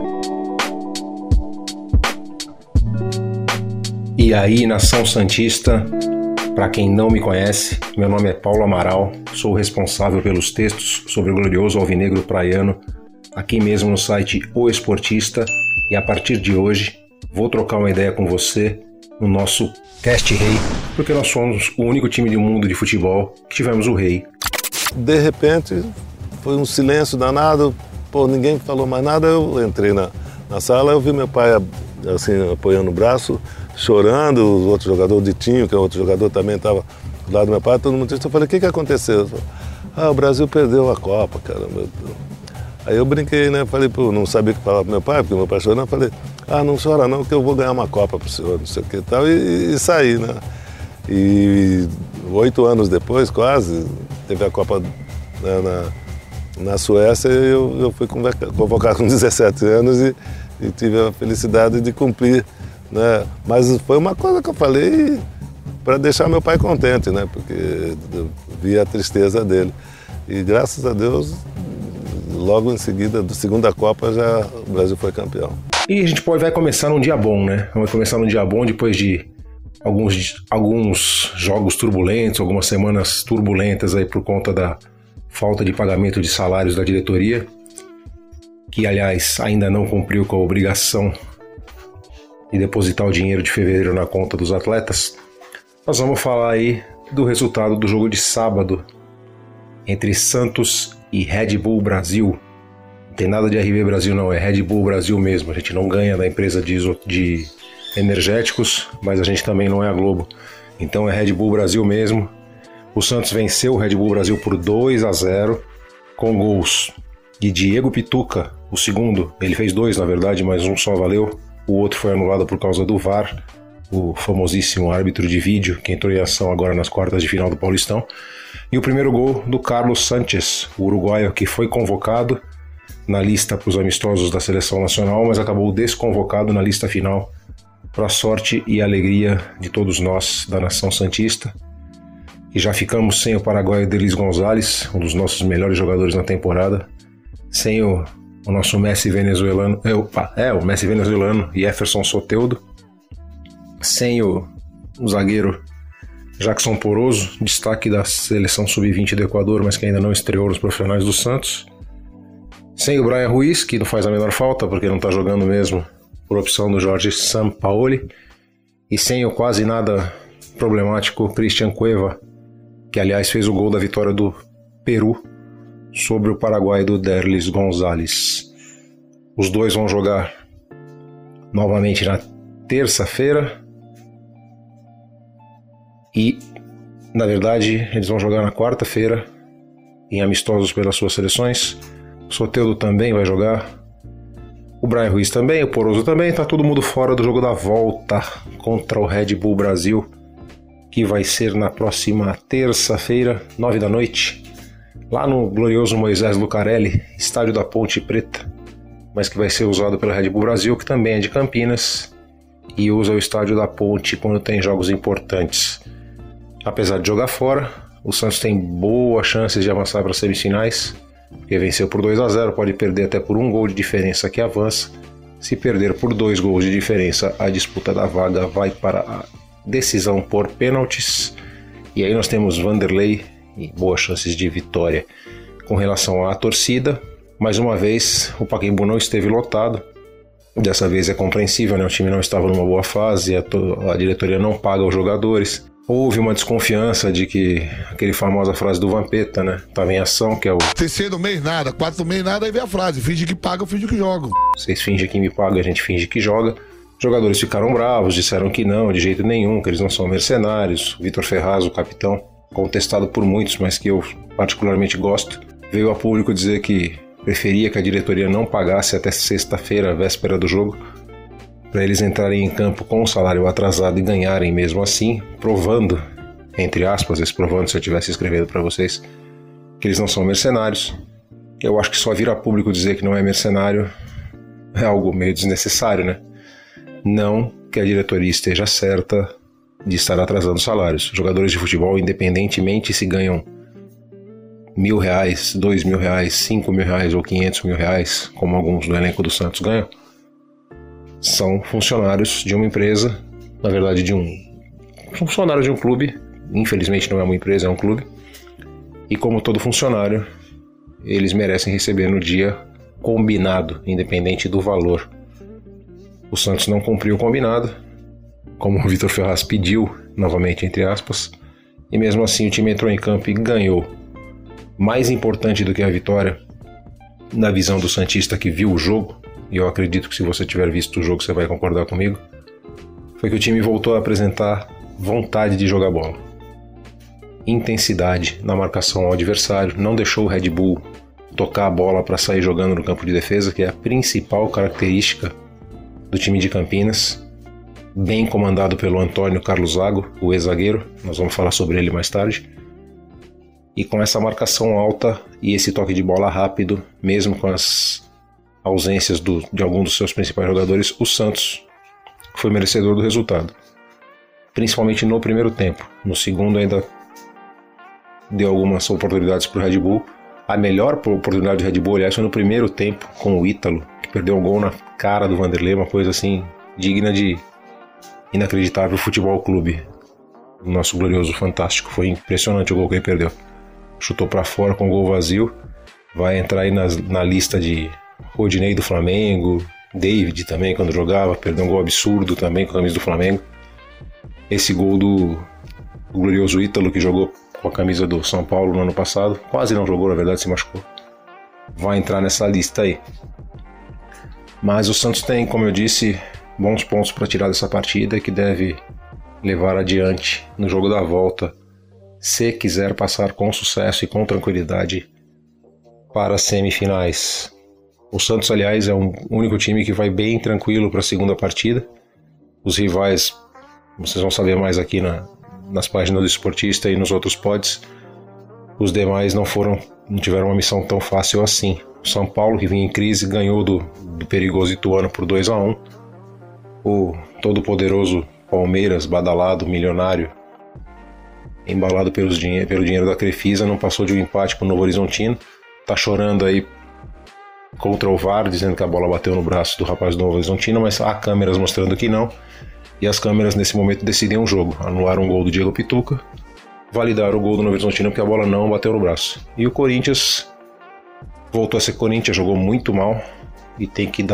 E aí, nação santista, para quem não me conhece, meu nome é Paulo Amaral, sou responsável pelos textos sobre o glorioso alvinegro praiano, aqui mesmo no site O Esportista, e a partir de hoje vou trocar uma ideia com você no nosso Cast Rei, porque nós somos o único time do mundo de futebol que tivemos o rei. De repente, foi um silêncio danado, ninguém falou mais nada, eu entrei na sala, eu vi meu pai assim, apoiando o braço, chorando, o outro jogador, o Ditinho, que é outro jogador, também estava do lado do meu pai, todo mundo triste. Eu falei, o que aconteceu? Falei, o Brasil perdeu a Copa, cara. Aí eu brinquei, né? Falei, não sabia o que falar pro meu pai, porque meu pai chorando, eu falei, não chora não, que eu vou ganhar uma Copa pro senhor, não sei o que e tal, e saí, né? E 8 anos depois, quase, teve a Copa, né, na Suécia, e eu fui convocado com 17 anos e tive a felicidade de cumprir, né? Mas foi uma coisa que eu falei para deixar meu pai contente, né? Porque eu vi a tristeza dele. E graças a Deus, logo em seguida, da segunda Copa, já o Brasil foi campeão. E a gente vai começar num dia bom, né? Vai começar num dia bom depois de alguns jogos turbulentos, algumas semanas turbulentas aí por conta da falta de pagamento de salários da diretoria, que aliás ainda não cumpriu com a obrigação de depositar o dinheiro de fevereiro na conta dos atletas. Nós vamos falar aí do resultado do jogo de sábado entre Santos e Red Bull Brasil. Não tem nada de RB Brasil não, é Red Bull Brasil mesmo. A gente não ganha da empresa de energéticos, mas a gente também não é a Globo. Então é Red Bull Brasil mesmo. O Santos venceu o Red Bull Brasil por 2-0 com gols de Diego Pituca, o segundo. Ele fez 2 na verdade, mas um só valeu. O outro foi anulado por causa do VAR, o famosíssimo árbitro de vídeo, que entrou em ação agora nas quartas de final do Paulistão. E o primeiro gol do Carlos Sánchez, o uruguaio que foi convocado na lista para os amistosos da Seleção Nacional, mas acabou desconvocado na lista final, para a sorte e alegria de todos nós da nação santista. E já ficamos sem o paraguaio Derlis Gonzalez, um dos nossos melhores jogadores na temporada, sem o nosso Messi venezuelano, o Messi venezuelano e Jefferson Soteldo, sem o zagueiro Jackson Poroso, destaque da seleção sub-20 do Equador, mas que ainda não estreou nos profissionais do Santos, sem o Brian Ruiz, que não faz a menor falta, porque não está jogando mesmo por opção do Jorge Sampaoli, e sem o quase nada problemático Christian Cueva, que aliás fez o gol da vitória do Peru sobre o Paraguai do Derlis Gonzalez. Os dois vão jogar novamente na terça-feira e, na verdade, eles vão jogar na quarta-feira em amistosos pelas suas seleções. O Soteldo também vai jogar, o Brian Ruiz também, o Poroso também, tá todo mundo fora do jogo da volta contra o Red Bull Brasil, que vai ser na próxima terça-feira, 9 da noite, lá no glorioso Moisés Lucarelli, estádio da Ponte Preta, mas que vai ser usado pela Red Bull Brasil, que também é de Campinas, e usa o estádio da Ponte quando tem jogos importantes. Apesar de jogar fora, o Santos tem boas chances de avançar para as semifinais, porque venceu por 2-0, pode perder até por 1 gol de diferença que avança. Se perder por 2 gols de diferença, a disputa da vaga vai para a decisão por pênaltis, e aí nós temos Vanderlei e boas chances de vitória. Com relação à torcida, mais uma vez o Pacaembu não esteve lotado. Dessa vez é compreensível, né? O time não estava numa boa fase, a diretoria não paga os jogadores. Houve uma desconfiança de que aquele famosa frase do Vampeta, né? Estava em ação, que é o terceiro mês nada, quarto mês nada, aí vem a frase, finge que paga, eu finge que jogo. Vocês fingem que me pagam, a gente finge que joga. Os jogadores ficaram bravos, disseram que não, de jeito nenhum, que eles não são mercenários. Vitor Ferraz, o capitão, contestado por muitos, mas que eu particularmente gosto, veio a público dizer que preferia que a diretoria não pagasse até sexta-feira, véspera do jogo, para eles entrarem em campo com o salário atrasado e ganharem mesmo assim, provando, entre aspas, provando se eu estivesse escrevendo para vocês, que eles não são mercenários. Eu acho que só vir a público dizer que não é mercenário é algo meio desnecessário, né? Não que a diretoria esteja certa de estar atrasando salários. Jogadores de futebol, independentemente se ganham R$1.000, R$2.000, R$5.000 ou R$500.000, como alguns do elenco do Santos ganham, são funcionários de uma empresa, na verdade funcionários de um clube. Infelizmente não é uma empresa, é um clube, e como todo funcionário, eles merecem receber no dia combinado, independente do valor. O Santos não cumpriu o combinado, como o Vitor Ferraz pediu, novamente entre aspas, e mesmo assim o time entrou em campo e ganhou. Mais importante do que a vitória, na visão do santista que viu o jogo, e eu acredito que se você tiver visto o jogo você vai concordar comigo, foi que o time voltou a apresentar vontade de jogar bola, intensidade na marcação ao adversário, não deixou o Red Bull tocar a bola para sair jogando no campo de defesa, que é a principal característica do time de Campinas, bem comandado pelo Antônio Carlos Zago, o ex-zagueiro, nós vamos falar sobre ele mais tarde. E com essa marcação alta e esse toque de bola rápido, mesmo com as ausências de alguns dos seus principais jogadores, o Santos foi merecedor do resultado, principalmente no primeiro tempo. No segundo ainda deu algumas oportunidades para o Red Bull. A melhor oportunidade do Red Bull, aliás, foi no primeiro tempo com o Ítalo, que perdeu um gol na cara do Vanderlei, uma coisa assim digna de inacreditável futebol clube. O nosso glorioso Fantástico, foi impressionante o gol que ele perdeu. Chutou para fora com o gol vazio, vai entrar aí na lista de Rodinei do Flamengo, David também quando jogava, perdeu um gol absurdo também com a camisa do Flamengo. Esse gol do glorioso Ítalo, que jogou com a camisa do São Paulo no ano passado, quase não jogou, na verdade se machucou, vai entrar nessa lista aí. Mas o Santos tem, como eu disse, bons pontos para tirar dessa partida, que deve levar adiante no jogo da volta, se quiser passar com sucesso e com tranquilidade para as semifinais. O Santos, aliás, é o único time que vai bem tranquilo para a segunda partida. Os rivais, vocês vão saber mais aqui nas páginas do Esportista e nos outros pods. Os demais não tiveram uma missão tão fácil assim. O São Paulo, que vinha em crise, ganhou do perigoso Ituano por 2-1. O todo-poderoso Palmeiras, badalado, milionário, embalado pelo dinheiro da Crefisa, não passou de um empate para o Novo Horizontino. Tá chorando aí contra o VAR, dizendo que a bola bateu no braço do rapaz do Novo Horizontino, mas há câmeras mostrando que não. E as câmeras nesse momento decidem o jogo. Anularam o gol do Diego Pituca, validaram o gol do Novo Horizontino porque a bola não bateu no braço. E o Corinthians voltou a ser Corinthians, jogou muito mal e tem que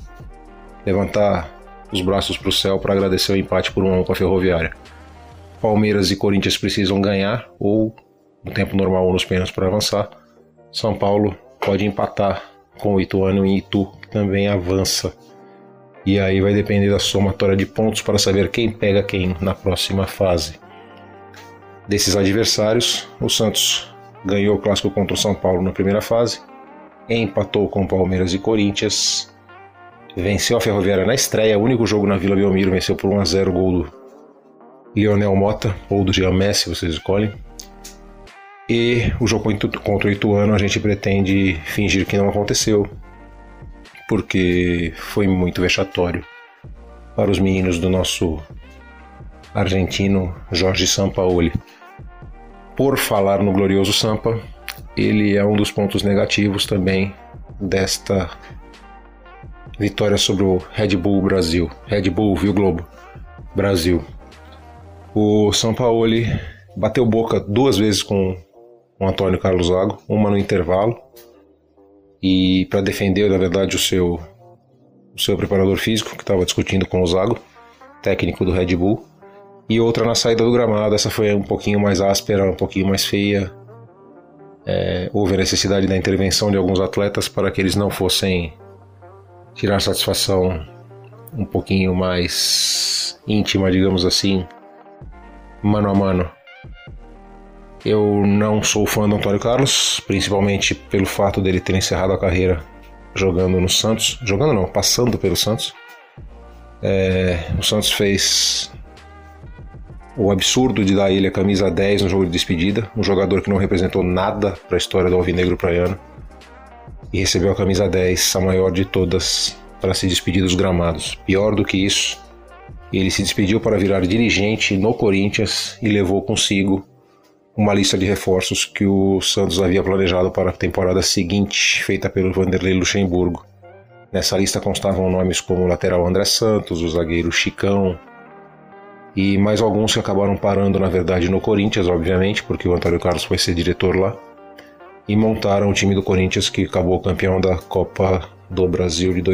levantar os braços para o céu para agradecer o empate por 1-1 com a Ferroviária. Palmeiras e Corinthians precisam ganhar, ou no tempo normal ou nos pênaltis para avançar. São Paulo pode empatar com o Ituano e Itu, que também avança. E aí vai depender da somatória de pontos para saber quem pega quem na próxima fase. Desses adversários, o Santos ganhou o clássico contra o São Paulo na primeira fase, empatou com Palmeiras e Corinthians, venceu a Ferroviária na estreia, o único jogo na Vila Belmiro, venceu por 1-0, gol do Lionel Mota, ou do Jean Messi, vocês escolhem. E o jogo contra o Ituano a gente pretende fingir que não aconteceu, porque foi muito vexatório para os meninos do nosso argentino Jorge Sampaoli. Por falar no glorioso Sampa, ele é um dos pontos negativos também desta vitória sobre o Red Bull Brasil. Red Bull, viu, Globo? Brasil. O Sampaoli bateu boca 2 vezes com o Antônio Carlos Zago, uma no intervalo, e para defender, na verdade, o seu preparador físico, que estava discutindo com o Zago, técnico do Red Bull, e outra na saída do gramado. Essa foi um pouquinho mais áspera, um pouquinho mais feia. Houve a necessidade da intervenção de alguns atletas para que eles não fossem tirar satisfação um pouquinho mais íntima, digamos assim, mano a mano. Eu não sou fã do Antônio Carlos, principalmente pelo fato dele ter encerrado a carreira jogando no Santos. Jogando não, passando pelo Santos. O Santos fez o absurdo de dar a ele a camisa 10 no jogo de despedida, um jogador que não representou nada para a história do Alvinegro Praiano, e recebeu a camisa 10, a maior de todas, para se despedir dos gramados. Pior do que isso, ele se despediu para virar dirigente no Corinthians e levou consigo uma lista de reforços que o Santos havia planejado para a temporada seguinte, feita pelo Vanderlei Luxemburgo. Nessa lista constavam nomes como o lateral André Santos, o zagueiro Chicão e mais alguns que acabaram parando, na verdade, no Corinthians, obviamente, porque o Antônio Carlos foi ser diretor lá, e montaram o time do Corinthians que acabou campeão da Copa do Brasil de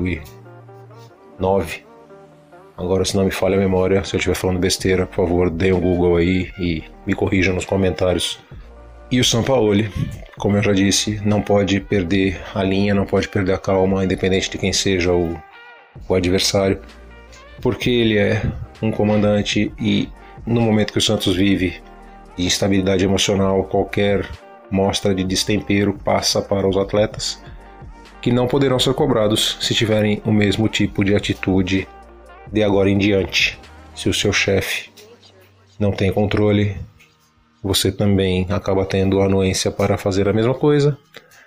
2009. Agora, se não me falha a memória, se eu estiver falando besteira, por favor, dê um Google aí e me corrijam nos comentários. E o Sampaoli, como eu já disse, não pode perder a linha, não pode perder a calma, independente de quem seja o adversário, porque ele é um comandante e no momento que o Santos vive de instabilidade emocional, qualquer mostra de destempero passa para os atletas, que não poderão ser cobrados se tiverem o mesmo tipo de atitude de agora em diante. Se o seu chefe não tem controle, você também acaba tendo anuência para fazer a mesma coisa,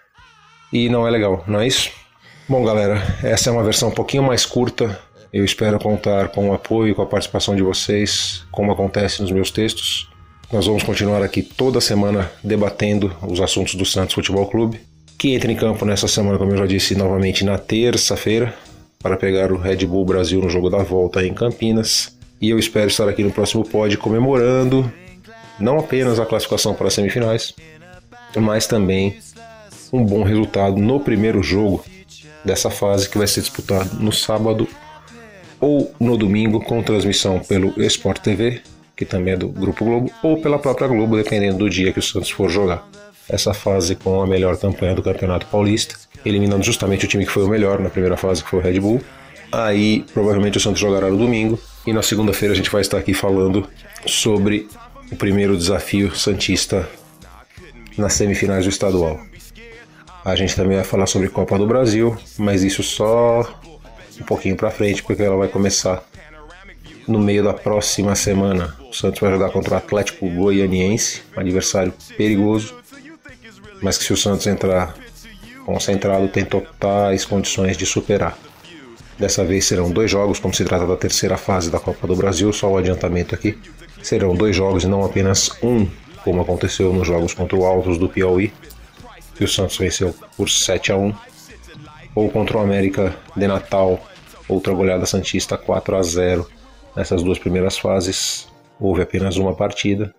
e não é legal, não é isso? Bom, galera, essa é uma versão um pouquinho mais curta. Eu espero contar com o apoio e com a participação de vocês, como acontece nos meus textos. Nós vamos continuar aqui toda semana debatendo os assuntos do Santos Futebol Clube, que entra em campo nessa semana, como eu já disse, novamente na terça-feira, para pegar o Red Bull Brasil no jogo da volta em Campinas. E eu espero estar aqui no próximo pod comemorando não apenas a classificação para as semifinais, mas também um bom resultado no primeiro jogo dessa fase, que vai ser disputado no sábado ou no domingo, com transmissão pelo Sport TV, que também é do Grupo Globo, ou pela própria Globo, dependendo do dia que o Santos for jogar. Essa fase com a melhor campanha do Campeonato Paulista, eliminando justamente o time que foi o melhor na primeira fase, que foi o Red Bull. Aí provavelmente o Santos jogará no domingo, e na segunda-feira a gente vai estar aqui falando sobre o primeiro desafio santista nas semifinais do estadual. A gente também vai falar sobre Copa do Brasil, mas isso só um pouquinho pra frente, porque ela vai começar no meio da próxima semana. O Santos vai jogar contra o Atlético Goianiense, um adversário perigoso, mas que se o Santos entrar concentrado tem totais condições de superar. Dessa vez serão 2 jogos, como se trata da terceira fase da Copa do Brasil, só o adiantamento aqui. Serão 2 jogos e não apenas um, como aconteceu nos jogos contra o Altos do Piauí, que o Santos venceu por 7-1, ou contra o América de Natal, outra goleada santista 4-0. Nessas 2 primeiras fases houve apenas uma partida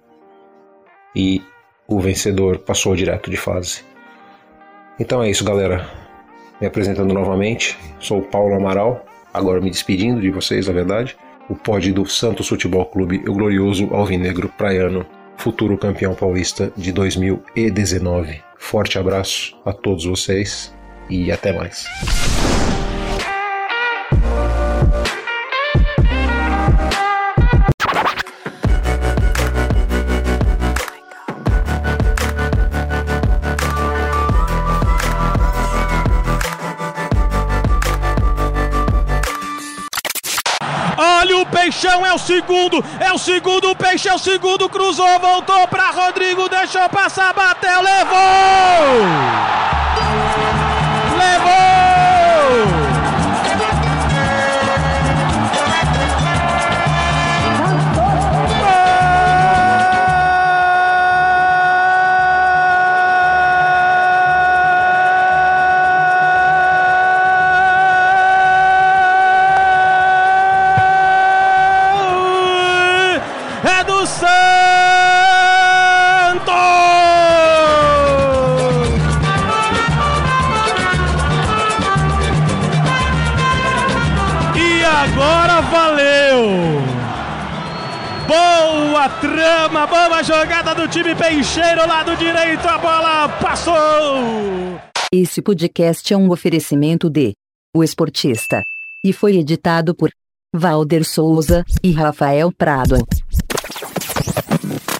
e o vencedor passou direto de fase. Então é isso, galera. Me apresentando novamente, sou o Paulo Amaral, agora me despedindo de vocês, na verdade. O pod do Santos Futebol Clube, o glorioso alvinegro praiano, futuro campeão paulista de 2019. Forte abraço a todos vocês e até mais. Peixão é o segundo, o Peixe é o segundo, cruzou, voltou pra Rodrigo, deixou passar, bateu, levou! Boa trama, boa jogada do time peixeiro, lado direito, a bola passou! Esse podcast é um oferecimento de O Esportista e foi editado por Valder Souza e Rafael Prado.